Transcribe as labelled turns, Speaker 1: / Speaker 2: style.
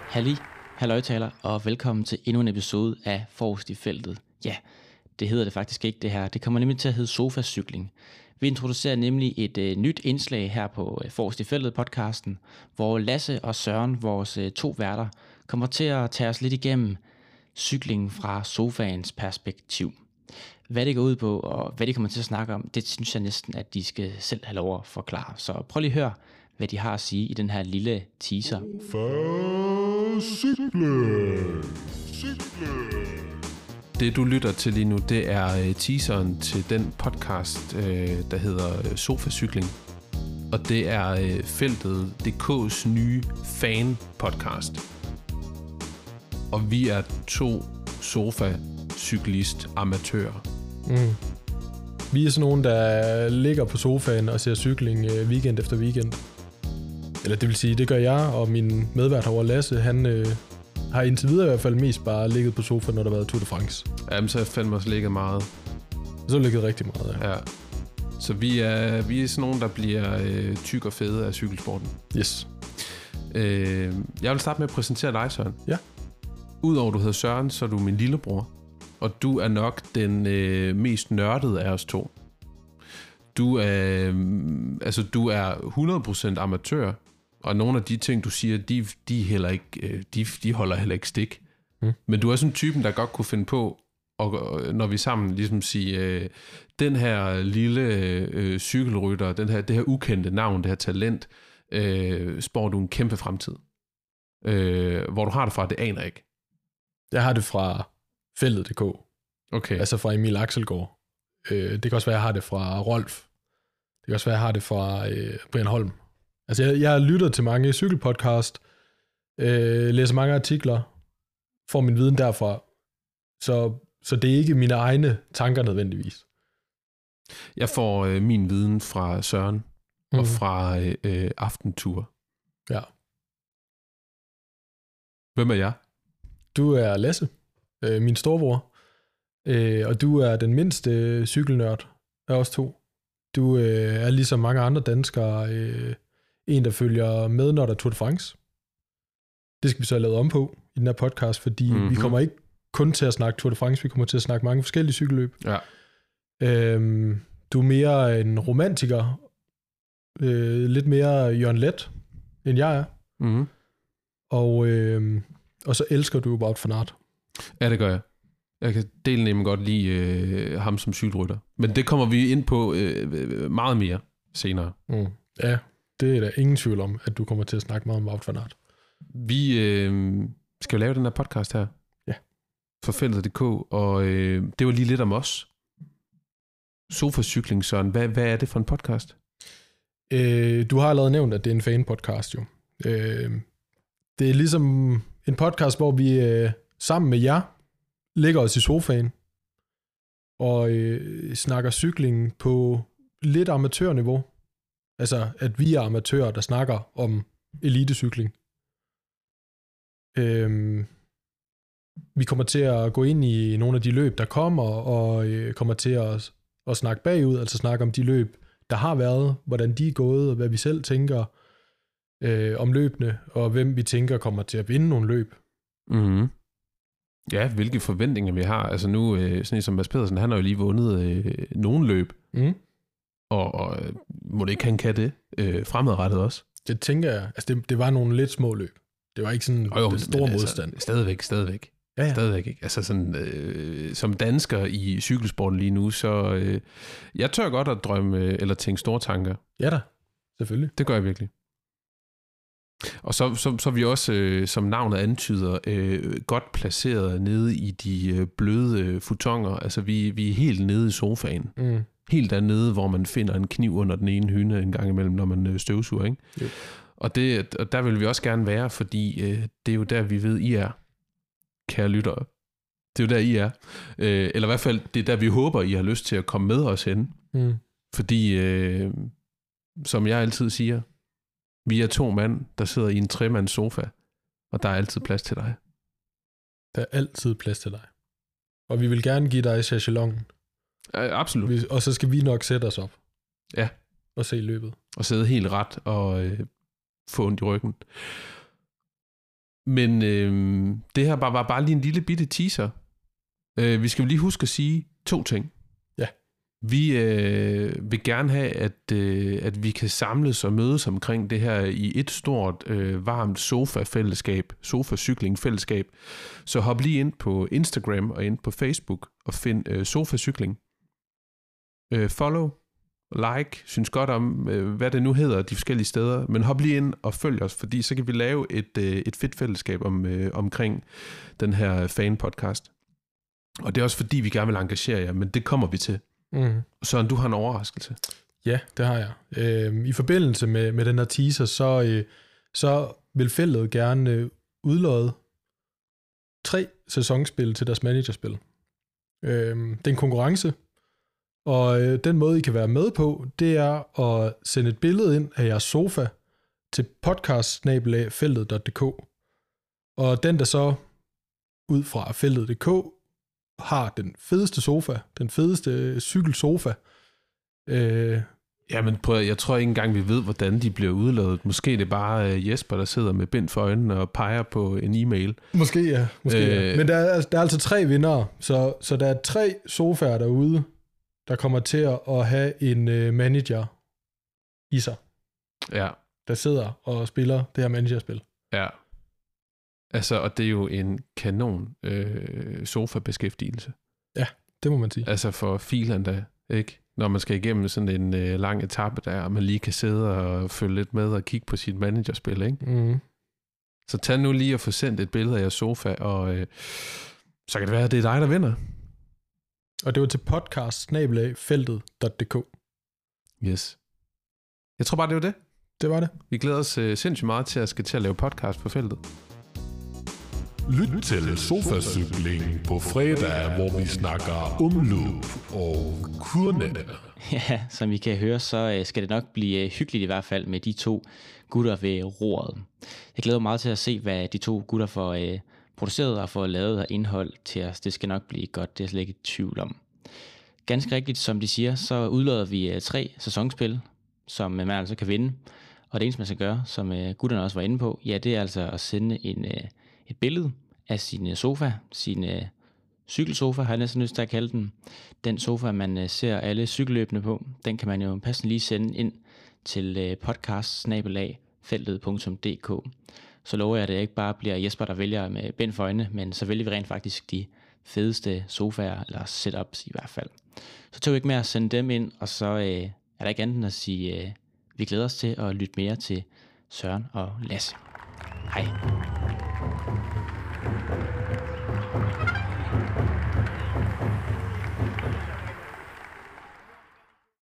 Speaker 1: Halløjtaler, og velkommen til endnu en episode af Forrest i feltet. Ja, det hedder det faktisk ikke det her. Det kommer nemlig til at hedde Sofacykling. Vi introducerer nemlig et nyt indslag her på Forrest i feltet podcasten, hvor Lasse og Søren, vores to værter, kommer til at tage os lidt igennem cyklingen fra sofaens perspektiv. Hvad det går ud på, og hvad de kommer til at snakke om, det synes jeg næsten, at de skal selv have lov at forklare. Så prøv lige at høre, hvad de har at sige i den her lille teaser.
Speaker 2: Det du lytter til lige nu, det er teaseren til den podcast, der hedder Sofacykling. Og det er feltet.dk's nye fan-podcast. Og vi er to sofacyklist-amatører.
Speaker 3: Vi er sådan nogen, der ligger på sofaen og ser cykling weekend efter weekend. Eller det vil sige, det gør jeg, og min medvært herovre, Lasse, han har indtil videre i hvert fald mest bare ligget på sofaen, når der har været Tour de France.
Speaker 2: Jamen, så har jeg fandme også ligget meget.
Speaker 3: Så har ligget rigtig meget, ja.
Speaker 2: Så vi er sådan nogen, der bliver tyk og fede af cykelsporten.
Speaker 3: Yes.
Speaker 2: Jeg vil starte med at præsentere dig, Søren.
Speaker 3: Ja.
Speaker 2: Udover du hedder Søren, så er du min lillebror. Og du er nok den mest nørdede af os to. Du er 100% amatør, og nogle af de ting, du siger, de holder heller ikke stik. Men du er sådan typen, der godt kunne finde på, og når vi sammen ligesom siger, den her lille cykelrytter, det her ukendte navn, det her talent, spår du en kæmpe fremtid. Hvor du har det fra, det aner ikke.
Speaker 3: Jeg har det fra feltet.dk.
Speaker 2: Okay.
Speaker 3: Altså fra Emil Axelgaard. Det kan også være, jeg har det fra Rolf. Det kan også være, jeg har det fra Brian Holm. Altså jeg har lyttet til mange cykelpodcast, læser mange artikler, får min viden derfra. Så det er ikke mine egne tanker nødvendigvis.
Speaker 2: Jeg får min viden fra Søren og fra Aftentur.
Speaker 3: Ja.
Speaker 2: Hvem er jeg?
Speaker 3: Du er Lasse, min storebror, og du er den mindste cykelnørd af os to. Du er ligesom mange andre danskere en, der følger med, når der er Tour de France. Det skal vi så have lavet om på i den her podcast, fordi vi kommer ikke kun til at snakke Tour de France, vi kommer til at snakke mange forskellige cykelløb. Ja. Du er mere en romantiker, lidt mere Jørgen Leth, end jeg er. Og så elsker du jo Wout van Aert.
Speaker 2: Ja, det gør jeg. Jeg kan dele nemlig godt lide ham som cykelrytter. Men det kommer vi ind på meget mere senere.
Speaker 3: Ja, det er der ingen tvivl om, at du kommer til at snakke meget om Wout van Aert.
Speaker 2: Vi skal jo lave den her podcast her.
Speaker 3: Ja.
Speaker 2: For feltet.dk, og det var lige lidt om os. Sofacykling, Søren. Hvad er det for en podcast?
Speaker 3: Du har allerede nævnt, at det er en fan-podcast jo. Det er ligesom en podcast, hvor vi sammen med jer ligger os i sofaen og snakker cykling på lidt amatørniveau. Altså, at vi er amatører, der snakker om elitecykling. Vi kommer til at gå ind i nogle af de løb, der kommer, og kommer til at snakke bagud, altså snakke om de løb, der har været, hvordan de er gået, og hvad vi selv tænker om løbene, og hvem vi tænker kommer til at vinde nogle løb.
Speaker 2: Ja, hvilke forventninger vi har. Altså nu, sådan som Mads Pedersen, han har jo lige vundet nogle løb. Og må det ikke han kan det fremadrettet også?
Speaker 3: Det tænker jeg. Altså det var nogle lidt små løb. Det var ikke sådan den store modstand.
Speaker 2: Altså, stadigvæk. Ja. Stadigvæk ikke. Altså sådan, som dansker i cykelsporten lige nu, så jeg tør godt at drømme eller tænke store tanker.
Speaker 3: Ja da, selvfølgelig.
Speaker 2: Det gør jeg virkelig. Og så er vi også, som navnet antyder, godt placeret nede i de bløde futonger. Altså vi er helt nede i sofaen. Helt dernede, hvor man finder en kniv under den ene hylde en gang imellem, når man støvsuger, ikke? Yep. Og der vil vi også gerne være, fordi det er jo der, vi ved, I er, kære lyttere. Det er jo der, I er. Eller i hvert fald, det er der, vi håber, I har lyst til at komme med os hen. Fordi, som jeg altid siger, vi er to mand, der sidder i en tremands sofa, og der er altid plads til dig.
Speaker 3: Der er altid plads til dig. Og vi vil gerne give dig chaiselongen.
Speaker 2: Absolut.
Speaker 3: Og så skal vi nok sætte os op.
Speaker 2: Ja.
Speaker 3: Og se løbet.
Speaker 2: Og sidde helt ret og få ondt i ryggen. Men det her var bare lige en lille bitte teaser. Vi skal jo lige huske at sige 2 ting.
Speaker 3: Ja.
Speaker 2: Vi vil gerne have, at vi kan samles og mødes omkring det her i et stort, varmt sofa-fællesskab, sofa-cykling-fællesskab. Så hop lige ind på Instagram og ind på Facebook og find Sofa-cykling. Follow, like, synes godt om, hvad det nu hedder de forskellige steder, men hop lige ind og følg os, fordi så kan vi lave et fedt fællesskab omkring den her fan-podcast. Og det er også fordi, vi gerne vil engagere jer, men det kommer vi til.
Speaker 3: Mm.
Speaker 2: Søren, du har en overraskelse.
Speaker 3: Ja, det har jeg. I forbindelse med den her teaser, så vil feltet gerne udlodde 3 sæsonspil til deres managerspil. Det er en konkurrence, og den måde, I kan være med på, det er at sende et billede ind af jeres sofa til podcast@feltet.dk. Og den, der så ud fra feltet.dk har den fedeste sofa, den fedeste cykelsofa.
Speaker 2: Jamen prøv, jeg tror ikke engang, vi ved, hvordan de bliver udladet. Måske det er bare Jesper, der sidder med bind for øjnene og peger på en e-mail.
Speaker 3: Måske ja. Men der er altså 3 vindere, så der er 3 sofaer derude, der kommer til at have en manager i sig,
Speaker 2: Ja.
Speaker 3: der sidder og spiller det her managerspil.
Speaker 2: Ja. Altså, og det er jo en kanon sofa-beskæftigelse.
Speaker 3: Ja, det må man sige.
Speaker 2: Altså for filerne da, ikke? Når man skal igennem sådan en lang etape der, og man lige kan sidde og følge lidt med og kigge på sit managerspil, ikke?
Speaker 3: Mm.
Speaker 2: Så tag nu lige og få sendt et billede af jeres sofa, og så kan det være, at det er dig, der vinder.
Speaker 3: Og det var til podcast@feltet.dk.
Speaker 2: Yes. Jeg tror bare, det var det.
Speaker 3: Det var det.
Speaker 2: Vi glæder os sindssygt meget til at skal til at lave podcast på feltet.
Speaker 4: Lyt til Sofacykling på fredag, hvor vi snakker umløb og kurnet.
Speaker 1: Ja, som I kan høre, så skal det nok blive hyggeligt i hvert fald med de 2 gutter ved roret. Jeg glæder mig meget til at se, hvad de 2 gutter får produceret og får lavet af indhold til os. Det skal nok blive godt, det er slet ikke i tvivl om. Ganske rigtigt, som de siger, så udlodder vi 3 sæsonspil, som man altså kan vinde. Og det eneste, man skal gøre, som gutterne også var inde på, ja, det er altså at sende et billede af sin sofa, sin cykelsofa, har jeg næsten lyst til at kalde den. Den sofa, man ser alle cykelløbene på, den kan man jo passende lige sende ind til podcast@feltet.dk. Så lover jeg, at det ikke bare bliver Jesper, der vælger med bind for øjnene, men så vælger vi rent faktisk de fedeste sofaer, eller setups i hvert fald. Så tog vi ikke med at sende dem ind, og så er der ikke andet end at sige, vi glæder os til at lytte mere til Søren og Lasse. Hej.